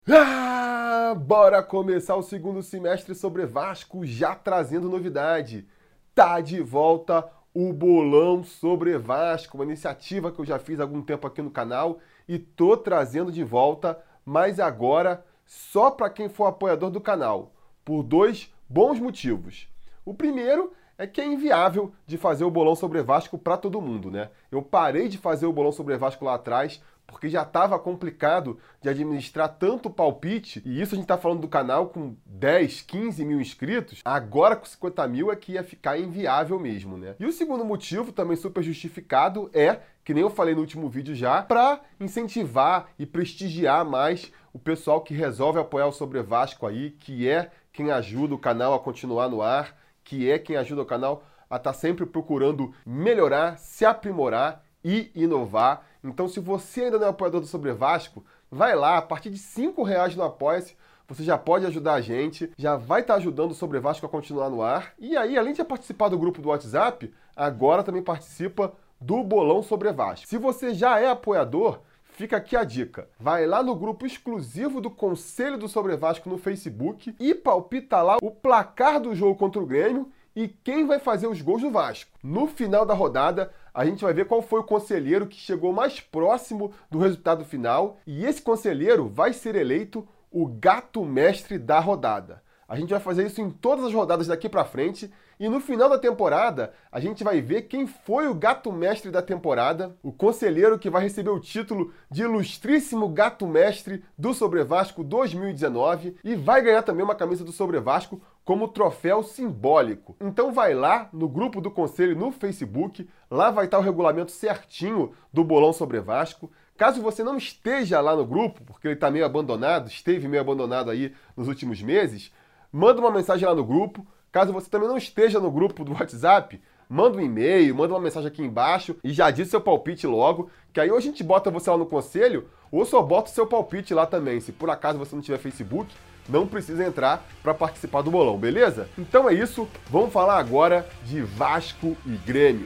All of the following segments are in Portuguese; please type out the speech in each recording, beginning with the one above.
Bora começar o segundo semestre sobre Vasco, já trazendo novidade. Tá de volta o Bolão sobre Vasco, uma iniciativa que eu já fiz há algum tempo aqui no canal e tô trazendo de volta, mas agora só para quem for apoiador do canal, por dois bons motivos. O primeiro é que é inviável de fazer o Bolão sobre Vasco para todo mundo, né? Eu parei de fazer o Bolão sobre Vasco lá atrás porque já estava complicado de administrar tanto palpite, e isso a gente está falando do canal com 10, 15 mil inscritos, agora com 50 mil é que ia ficar inviável mesmo, né? E o segundo motivo, também super justificado, é, que nem eu falei no último vídeo já, para incentivar e prestigiar mais o pessoal que resolve apoiar o Sobre Vasco aí, que é quem ajuda o canal a continuar no ar, que é quem ajuda o canal a estar sempre procurando melhorar, se aprimorar e inovar. Então, se você ainda não é apoiador do Sobre Vasco, vai lá, a partir de R$ 5 no Apoia-se, você já pode ajudar a gente, já vai estar ajudando o Sobre Vasco a continuar no ar. E aí, além de participar do grupo do WhatsApp, agora também participa do Bolão Sobre Vasco. Se você já é apoiador, fica aqui a dica. Vai lá no grupo exclusivo do Conselho do Sobre Vasco no Facebook e palpita lá o placar do jogo contra o Grêmio e quem vai fazer os gols do Vasco. No final da rodada, a gente vai ver qual foi o conselheiro que chegou mais próximo do resultado final e esse conselheiro vai ser eleito o gato mestre da rodada. A gente vai fazer isso em todas as rodadas daqui pra frente e no final da temporada a gente vai ver quem foi o gato mestre da temporada, o conselheiro que vai receber o título de ilustríssimo gato mestre do Sobre Vasco 2019 e vai ganhar também uma camisa do Sobre Vasco como troféu simbólico. Então vai lá no grupo do Conselho no Facebook, lá vai estar o regulamento certinho do Bolão Sobre Vasco. Caso você não esteja lá no grupo, porque ele está meio abandonado, esteve meio abandonado aí nos últimos meses, manda uma mensagem lá no grupo. Caso você também não esteja no grupo do WhatsApp, manda um e-mail, manda uma mensagem aqui embaixo e já diz seu palpite logo, que aí ou a gente bota você lá no conselho, ou só bota o seu palpite lá também. Se por acaso você não tiver Facebook, não precisa entrar para participar do bolão, beleza? Então é isso, vamos falar agora de Vasco e Grêmio.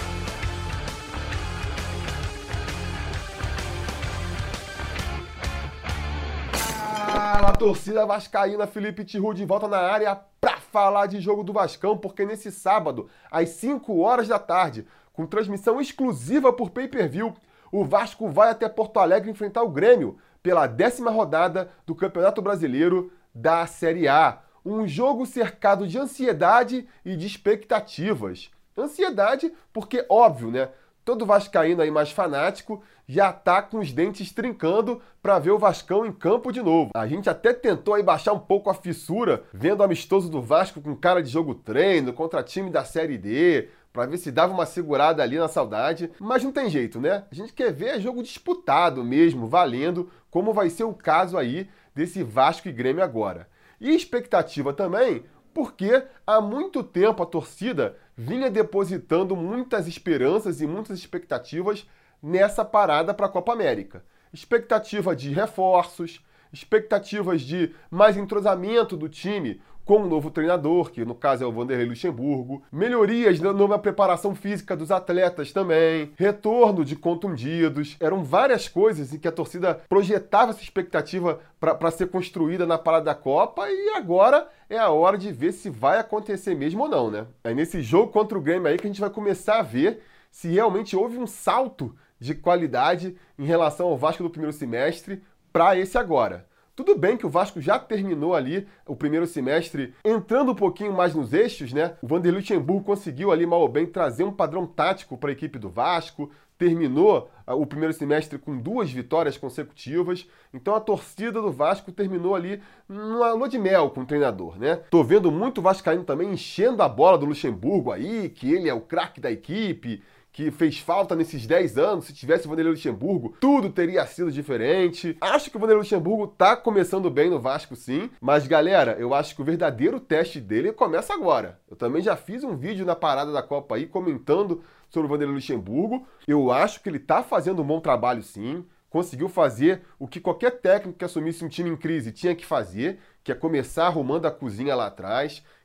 Fala, torcida vascaína, Felipe Tiru de volta na área para falar de jogo do Vascão, porque nesse sábado, às 5 horas da tarde, com transmissão exclusiva por pay-per-view, o Vasco vai até Porto Alegre enfrentar o Grêmio pela 10ª rodada do Campeonato Brasileiro da Série A. Um jogo cercado de ansiedade e de expectativas. Ansiedade porque, óbvio, né? Todo vascaíno aí mais fanático já tá com os dentes trincando para ver o Vascão em campo de novo. A gente até tentou aí baixar um pouco a fissura, vendo o amistoso do Vasco com cara de jogo treino contra time da Série D, para ver se dava uma segurada ali na saudade, mas não tem jeito, né? A gente quer ver jogo disputado mesmo, valendo, como vai ser o caso aí desse Vasco e Grêmio agora. E expectativa também, porque há muito tempo a torcida vinha depositando muitas esperanças e muitas expectativas nessa parada para a Copa América. Expectativa de reforços, expectativas de mais entrosamento do time com o novo treinador, que no caso é o Vanderlei Luxemburgo, melhorias na preparação física dos atletas também, retorno de contundidos. Eram várias coisas em que a torcida projetava essa expectativa para ser construída na parada da Copa e agora é a hora de ver se vai acontecer mesmo ou não, né? É nesse jogo contra o Grêmio aí que a gente vai começar a ver se realmente houve um salto de qualidade em relação ao Vasco do primeiro semestre para esse agora. Tudo bem que o Vasco já terminou ali o primeiro semestre entrando um pouquinho mais nos eixos, né? O Vanderlei Luxemburgo conseguiu ali, mal ou bem, trazer um padrão tático para a equipe do Vasco, terminou o primeiro semestre com 2 vitórias consecutivas, então a torcida do Vasco terminou ali numa lua de mel com o treinador, né? Tô vendo muito vascaíno também enchendo a bola do Luxemburgo aí, que ele é o craque da equipe, que fez falta nesses 10 anos. Se tivesse o Vanderlei Luxemburgo, tudo teria sido diferente. Acho que o Vanderlei Luxemburgo tá começando bem no Vasco, sim. Mas, galera, eu acho que o verdadeiro teste dele começa agora. Eu também já fiz um vídeo na parada da Copa aí, comentando sobre o Vanderlei Luxemburgo. Eu acho que ele tá fazendo um bom trabalho, sim. Conseguiu fazer o que qualquer técnico que assumisse um time em crise tinha que fazer, que é começar arrumando a cozinha lá atrás,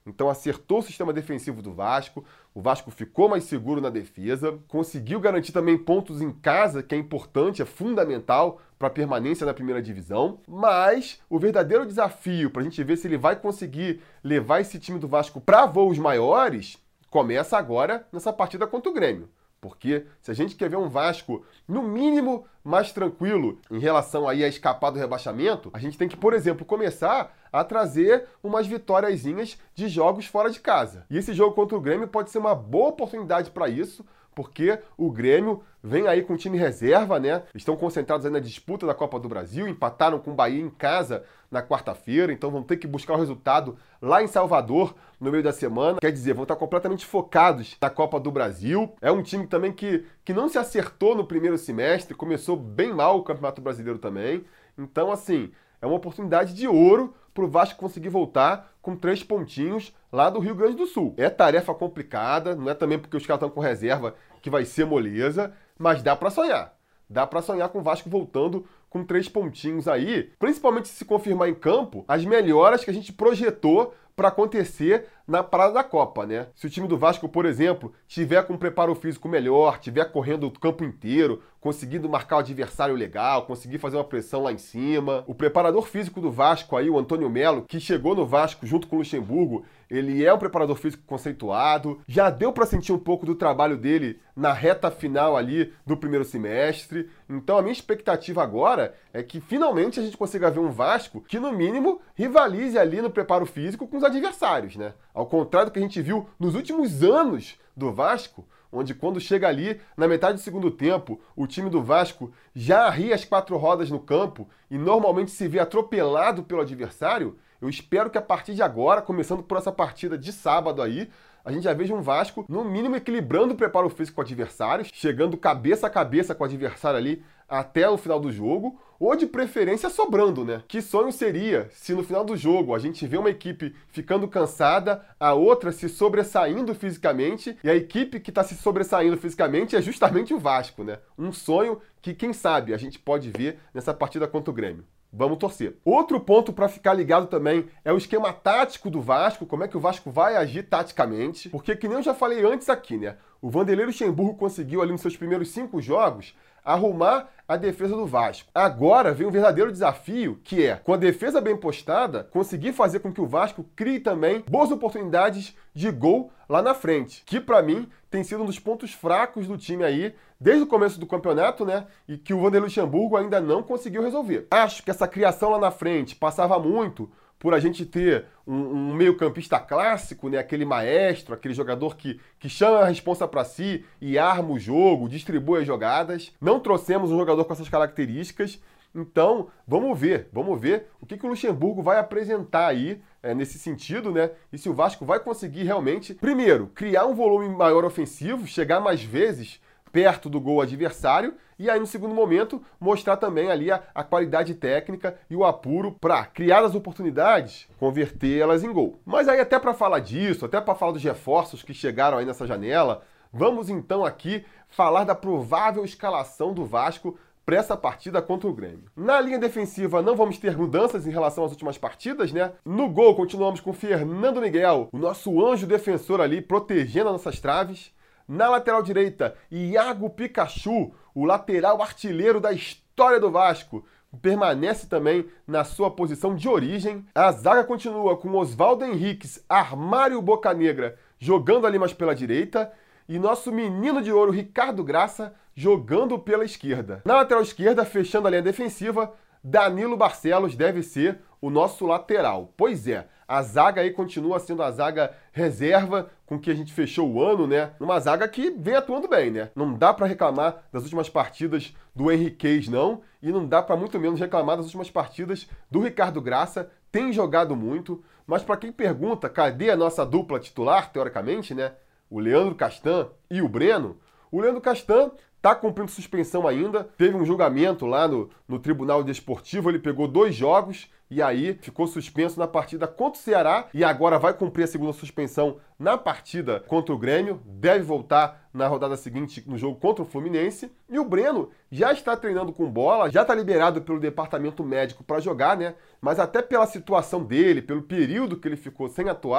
Então acertou o sistema defensivo do Vasco, o Vasco ficou mais seguro na defesa, conseguiu garantir também pontos em casa, que é importante, é fundamental para a permanência na primeira divisão, mas o verdadeiro desafio para a gente ver se ele vai conseguir levar esse time do Vasco para voos maiores começa agora nessa partida contra o Grêmio. Porque se a gente quer ver um Vasco, no mínimo, mais tranquilo em relação aí a escapar do rebaixamento, a gente tem que, por exemplo, começar a trazer umas vitóriazinhas de jogos fora de casa. E esse jogo contra o Grêmio pode ser uma boa oportunidade para isso, porque o Grêmio vem aí com o time reserva, né? Estão concentrados aí na disputa da Copa do Brasil, empataram com o Bahia em casa na quarta-feira, então vão ter que buscar o resultado lá em Salvador no meio da semana. Quer dizer, vão estar completamente focados na Copa do Brasil. É um time também que não se acertou no primeiro semestre, começou bem mal o Campeonato Brasileiro também. Então, assim, é uma oportunidade de ouro para o Vasco conseguir voltar com 3 pontinhos lá do Rio Grande do Sul. É tarefa complicada, não é também porque os caras estão com reserva que vai ser moleza, mas dá para sonhar. Dá para sonhar com o Vasco voltando com 3 pontinhos aí, principalmente se confirmar em campo as melhoras que a gente projetou para acontecer na parada da Copa, né? Se o time do Vasco, por exemplo, tiver com um preparo físico melhor, tiver correndo o campo inteiro, conseguindo marcar o adversário legal, conseguir fazer uma pressão lá em cima. O preparador físico do Vasco aí, o Antônio Melo, que chegou no Vasco junto com o Luxemburgo, ele é um preparador físico conceituado. Já deu para sentir um pouco do trabalho dele na reta final ali do primeiro semestre. Então a minha expectativa agora é que finalmente a gente consiga ver um Vasco que, no mínimo, rivalize ali no preparo físico com os adversários, né? Ao contrário do que a gente viu nos últimos anos do Vasco, onde quando chega ali na metade do segundo tempo, o time do Vasco já arria as 4 rodas no campo e normalmente se vê atropelado pelo adversário. Eu espero que a partir de agora, começando por essa partida de sábado aí, a gente já veja um Vasco, no mínimo, equilibrando o preparo físico com adversários, chegando cabeça a cabeça com o adversário ali até o final do jogo, ou de preferência sobrando, né? Que sonho seria se no final do jogo a gente vê uma equipe ficando cansada, a outra se sobressaindo fisicamente, e a equipe que está se sobressaindo fisicamente é justamente o Vasco, né? Um sonho que, quem sabe, a gente pode ver nessa partida contra o Grêmio. Vamos torcer. Outro ponto para ficar ligado também é o esquema tático do Vasco, como é que o Vasco vai agir taticamente, porque que nem eu já falei antes aqui, né? O Vanderlei Luxemburgo conseguiu ali nos seus primeiros 5 jogos arrumar a defesa do Vasco. Agora vem um verdadeiro desafio, que é, com a defesa bem postada, conseguir fazer com que o Vasco crie também boas oportunidades de gol lá na frente, que para mim tem sido um dos pontos fracos do time aí, desde o começo do campeonato, né? E que o Vanderlei Luxemburgo ainda não conseguiu resolver. Acho que essa criação lá na frente passava muito por a gente ter um meio-campista clássico, né? Aquele maestro, aquele jogador que chama a responsa para si e arma o jogo, distribui as jogadas. Não trouxemos um jogador com essas características, então vamos ver o que o Luxemburgo vai apresentar aí nesse sentido, né? E se o Vasco vai conseguir realmente, primeiro, criar um volume maior ofensivo, chegar mais vezes perto do gol adversário, e aí no segundo momento mostrar também ali a qualidade técnica e o apuro para criar as oportunidades, convertê-las em gol. Mas aí até para falar disso, até para falar dos reforços que chegaram aí nessa janela, vamos então aqui falar da provável escalação do Vasco para essa partida contra o Grêmio. Na linha defensiva não vamos ter mudanças em relação às últimas partidas, né? No gol continuamos com Fernando Miguel, o nosso anjo defensor ali protegendo as nossas traves. Na lateral direita, Iago Pikachu, o lateral artilheiro da história do Vasco, permanece também na sua posição de origem. A zaga continua com Oswaldo Henriques, armário Bocanegra, jogando ali mais pela direita. E nosso menino de ouro, Ricardo Graça, jogando pela esquerda. Na lateral esquerda, fechando a linha defensiva, Danilo Barcelos deve ser o nosso lateral. Pois é, a zaga aí continua sendo a zaga reserva com que a gente fechou o ano, né? Uma zaga que vem atuando bem, né? Não dá para reclamar das últimas partidas do Henriquez, não. E não dá para muito menos reclamar das últimas partidas do Ricardo Graça. Tem jogado muito. Mas para quem pergunta, cadê a nossa dupla titular, teoricamente, né? O Leandro Castan e o Breno. O Leandro Castan está cumprindo suspensão ainda. Teve um julgamento lá no Tribunal Desportivo. Ele pegou 2 jogos e aí ficou suspenso na partida contra o Ceará. E agora vai cumprir a segunda suspensão na partida contra o Grêmio. Deve voltar na rodada seguinte no jogo contra o Fluminense. E o Breno já está treinando com bola. Já está liberado pelo departamento médico para jogar, né? Mas até pela situação dele, pelo período que ele ficou sem atuar,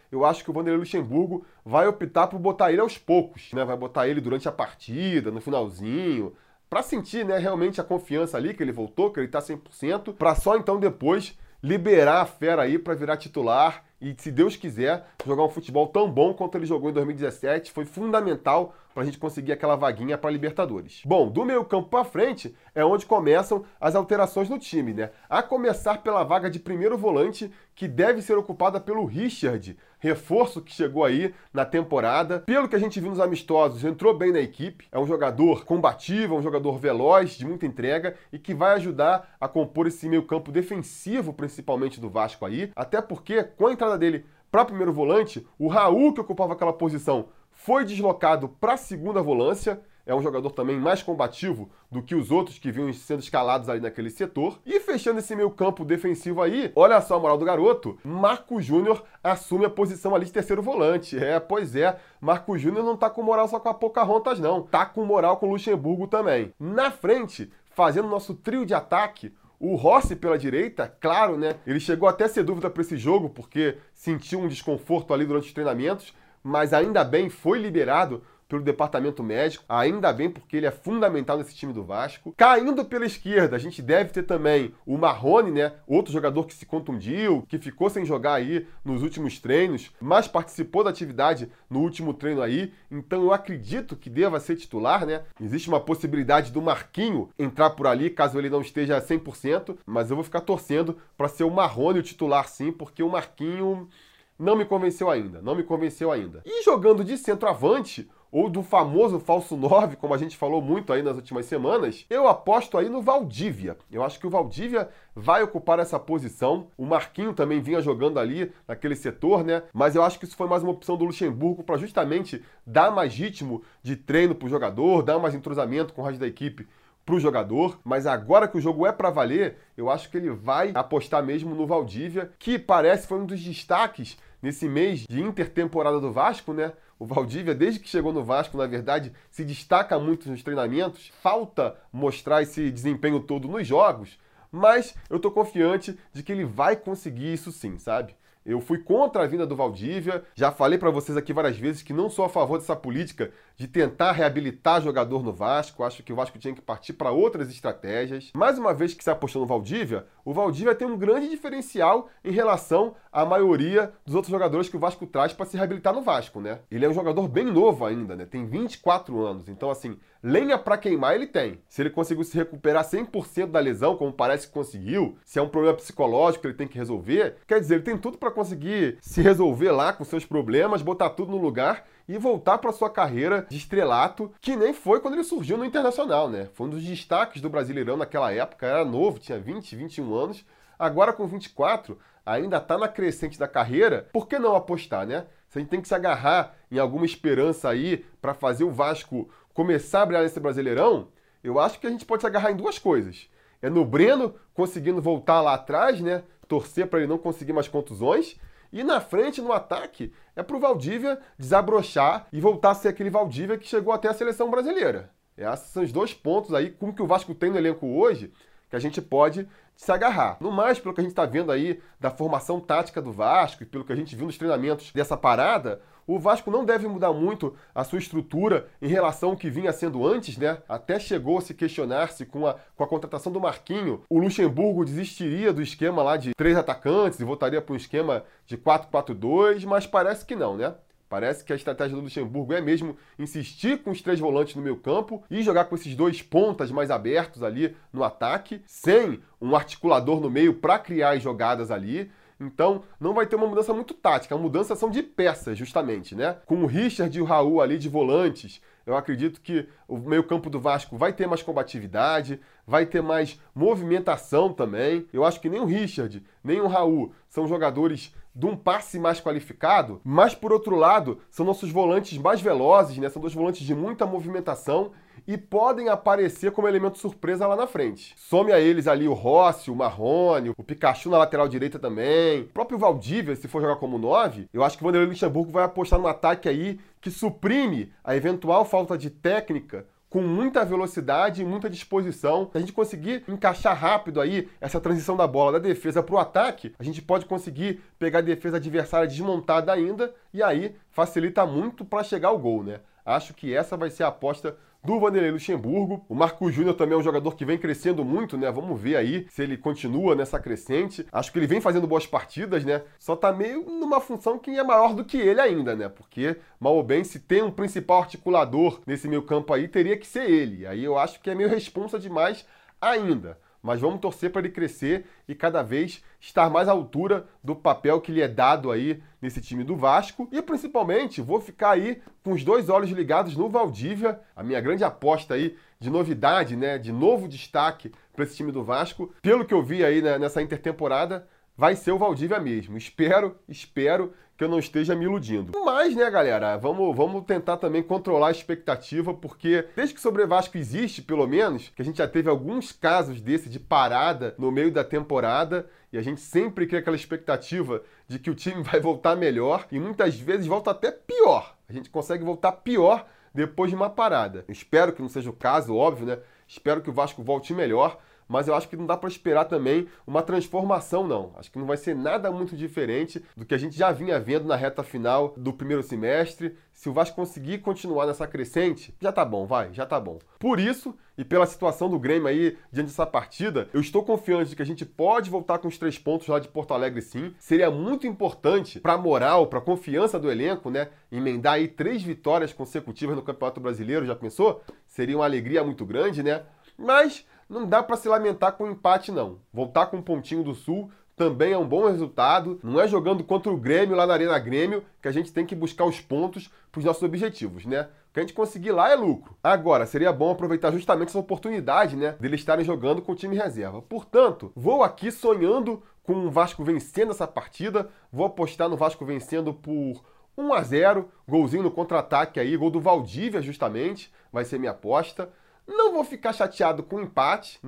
eu acho que o Vanderlei Luxemburgo vai optar por botar ele aos poucos, né? Vai botar ele durante a partida, no finalzinho, para sentir, né, realmente a confiança ali, que ele voltou, que ele tá 100%, para só então depois liberar a fera aí para virar titular e, se Deus quiser, jogar um futebol tão bom quanto ele jogou em 2017. Foi fundamental para a gente conseguir aquela vaguinha para Libertadores. Bom, do meio campo para frente é onde começam as alterações no time, né? A começar pela vaga de primeiro volante, que deve ser ocupada pelo Richard, reforço que chegou aí na temporada. Pelo que a gente viu nos amistosos, entrou bem na equipe, é um jogador combativo, é um jogador veloz, de muita entrega e que vai ajudar a compor esse meio campo defensivo, principalmente do Vasco aí, até porque com a entrada dele para primeiro volante, o Raul, que ocupava aquela posição, foi deslocado para a segunda volância. É um jogador também mais combativo do que os outros que vinham sendo escalados ali naquele setor. E fechando esse meio campo defensivo aí, olha só a moral do garoto, Marco Júnior assume a posição ali de terceiro volante. Pois é, Marco Júnior não tá com moral só com a Pocahontas não, tá com moral com o Luxemburgo também. Na frente, fazendo nosso trio de ataque, o Rossi pela direita, claro, né? Ele chegou até a ser dúvida para esse jogo, porque sentiu um desconforto ali durante os treinamentos, mas ainda bem foi liberado pelo departamento médico, ainda bem porque ele é fundamental nesse time do Vasco. Caindo pela esquerda, a gente deve ter também o Marrone, né? Outro jogador que se contundiu, que ficou sem jogar aí nos últimos treinos, mas participou da atividade no último treino aí, então eu acredito que deva ser titular, né? Existe uma possibilidade do Marquinho entrar por ali, caso ele não esteja 100%, mas eu vou ficar torcendo para ser o Marrone o titular sim, porque o Marquinho não me convenceu ainda, não me convenceu ainda. E jogando de centroavante, ou do famoso falso 9, como a gente falou muito aí nas últimas semanas, eu aposto aí no Valdívia. Eu acho que o Valdívia vai ocupar essa posição. O Marquinho também vinha jogando ali naquele setor, né? Mas eu acho que isso foi mais uma opção do Luxemburgo para justamente dar mais ritmo de treino para o jogador, dar mais entrosamento com o resto da equipe para o jogador. Mas agora que o jogo é para valer, eu acho que ele vai apostar mesmo no Valdívia, que parece foi um dos destaques nesse mês de intertemporada do Vasco, né? O Valdívia, desde que chegou no Vasco, na verdade, se destaca muito nos treinamentos. Falta mostrar esse desempenho todo nos jogos, mas eu tô confiante de que ele vai conseguir isso sim, sabe? Eu fui contra a vinda do Valdívia, já falei para vocês aqui várias vezes que não sou a favor dessa política de tentar reabilitar jogador no Vasco. Acho que o Vasco tinha que partir para outras estratégias. Mais uma vez que se apostou no Valdívia, o Valdívia tem um grande diferencial em relação à maioria dos outros jogadores que o Vasco traz para se reabilitar no Vasco, né? Ele é um jogador bem novo ainda, né? Tem 24 anos, então assim, lenha para queimar ele tem. Se ele conseguiu se recuperar 100% da lesão, como parece que conseguiu, se é um problema psicológico que ele tem que resolver, quer dizer, ele tem tudo para conseguir se resolver lá com seus problemas, botar tudo no lugar e voltar para sua carreira de estrelato, que nem foi quando ele surgiu no Internacional, né? Foi um dos destaques do Brasileirão naquela época, era novo, tinha 20, 21 anos, agora com 24, ainda está na crescente da carreira, por que não apostar, né? Se a gente tem que se agarrar em alguma esperança aí para fazer o Vasco começar a brilhar nesse Brasileirão, eu acho que a gente pode se agarrar em duas coisas. É no Breno conseguindo voltar lá atrás, né? Torcer para ele não conseguir mais contusões. E na frente, no ataque, é pro Valdívia desabrochar e voltar a ser aquele Valdívia que chegou até a seleção brasileira. Esses são os dois pontos aí, como que o Vasco tem no elenco hoje, que a gente pode se agarrar. No mais, pelo que a gente está vendo aí da formação tática do Vasco e pelo que a gente viu nos treinamentos dessa parada, o Vasco não deve mudar muito a sua estrutura em relação ao que vinha sendo antes, né? Até chegou a se questionar se com a contratação do Marquinho, o Luxemburgo desistiria do esquema lá de 3 atacantes e voltaria para um esquema de 4-4-2, mas parece que não, né? Parece que a estratégia do Luxemburgo é mesmo insistir com os 3 volantes no meio campo e jogar com esses 2 pontas mais abertos ali no ataque, sem um articulador no meio para criar as jogadas ali. Então, não vai ter uma mudança muito tática, a mudança são de peças, justamente, né? Com o Richard e o Raul ali de volantes, eu acredito que o meio-campo do Vasco vai ter mais combatividade, vai ter mais movimentação também. Eu acho que nem o Richard, nem o Raul são jogadores de um passe mais qualificado, mas, por outro lado, são nossos volantes mais velozes, né? São 2 volantes de muita movimentação e podem aparecer como elemento surpresa lá na frente. Some a eles ali o Rossi, o Marrone, o Pikachu na lateral direita também. O próprio Valdívia, se for jogar como 9, eu acho que o Vanderlei Luxemburgo vai apostar no ataque aí que suprime a eventual falta de técnica com muita velocidade e muita disposição. Se a gente conseguir encaixar rápido aí essa transição da bola da defesa para o ataque, a gente pode conseguir pegar a defesa adversária desmontada ainda e aí facilita muito para chegar ao gol, né? Acho que essa vai ser a aposta do Vanderlei Luxemburgo. O Marcos Júnior também é um jogador que vem crescendo muito, né? Vamos ver aí se ele continua nessa crescente. Acho que ele vem fazendo boas partidas, né? Só tá meio numa função que é maior do que ele ainda, né? Porque, mal ou bem, se tem um principal articulador nesse meio campo aí, teria que ser ele. Aí eu acho que é meio responsa demais ainda. Mas vamos torcer para ele crescer e cada vez estar mais à altura do papel que lhe é dado aí nesse time do Vasco. E principalmente vou ficar aí com os 2 olhos ligados no Valdívia, a minha grande aposta aí de novidade, né, de novo destaque para esse time do Vasco. Pelo que eu vi aí, né, nessa intertemporada, vai ser o Valdívia mesmo. Espero que eu não esteja me iludindo. Mas, né, galera, vamos tentar também controlar a expectativa, porque desde que o Sobre Vasco existe, pelo menos, que a gente já teve alguns casos desse de parada no meio da temporada, e a gente sempre cria aquela expectativa de que o time vai voltar melhor, e muitas vezes volta até pior. A gente consegue voltar pior depois de uma parada. Eu espero que não seja o caso, óbvio, né? Espero que o Vasco volte melhor, mas eu acho que não dá para esperar também uma transformação, não. Acho que não vai ser nada muito diferente do que a gente já vinha vendo na reta final do primeiro semestre. Se o Vasco conseguir continuar nessa crescente, já tá bom, já tá bom. Por isso, e pela situação do Grêmio aí diante dessa partida, eu estou confiante de que a gente pode voltar com os 3 pontos lá de Porto Alegre, sim. Seria muito importante para a moral, para a confiança do elenco, né? Emendar aí 3 vitórias consecutivas no Campeonato Brasileiro, já pensou? Seria uma alegria muito grande, né? Mas não dá para se lamentar com o empate, não. Voltar com um pontinho do Sul também é um bom resultado. Não é jogando contra o Grêmio lá na Arena Grêmio que a gente tem que buscar os pontos para os nossos objetivos, né? O que a gente conseguir lá é lucro. Agora, seria bom aproveitar justamente essa oportunidade, né, deles estarem jogando com o time reserva. Portanto, vou aqui sonhando com o Vasco vencendo essa partida. Vou apostar no Vasco vencendo por 1-0, golzinho no contra-ataque aí, gol do Valdívia justamente, vai ser minha aposta. Não vou ficar chateado com o empate,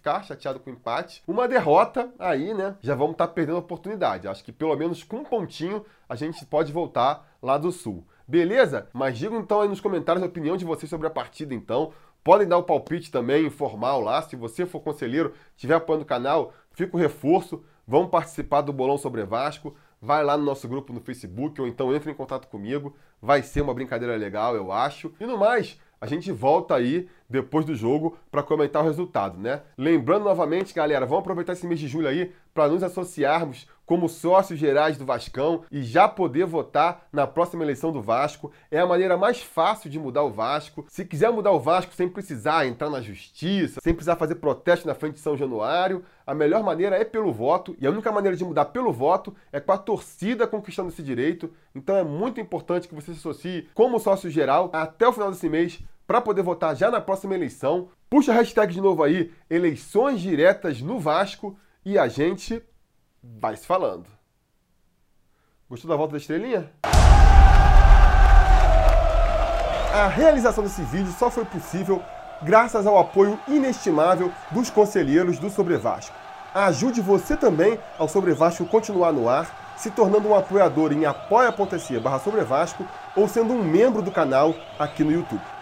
Uma derrota, aí, né, já vamos estar perdendo a oportunidade. Acho que pelo menos com um pontinho a gente pode voltar lá do Sul. Beleza? Mas digam então aí nos comentários a opinião de vocês sobre a partida, então. Podem dar o palpite também, informal lá. Se você for conselheiro, estiver apoiando o canal, fica o reforço. Vamos participar do Bolão Sobre Vasco. Vai lá no nosso grupo no Facebook ou então entre em contato comigo. Vai ser uma brincadeira legal, eu acho. E no mais, a gente volta aí depois do jogo para comentar o resultado, né? Lembrando novamente, galera, vamos aproveitar esse mês de julho aí para nos associarmos como sócios gerais do Vascão e já poder votar na próxima eleição do Vasco. É a maneira mais fácil de mudar o Vasco. Se quiser mudar o Vasco sem precisar entrar na justiça, sem precisar fazer protesto na frente de São Januário, a melhor maneira é pelo voto. E a única maneira de mudar pelo voto é com a torcida conquistando esse direito. Então é muito importante que você se associe como sócio geral até o final desse mês para poder votar já na próxima eleição. Puxa a hashtag de novo aí, eleições diretas no Vasco, e a gente vai se falando. Gostou da volta da estrelinha? A realização desse vídeo só foi possível graças ao apoio inestimável dos conselheiros do Sobre Vasco. Ajude você também ao Sobre Vasco continuar no ar, se tornando um apoiador em apoia.se/Sobre Vasco ou sendo um membro do canal aqui no YouTube.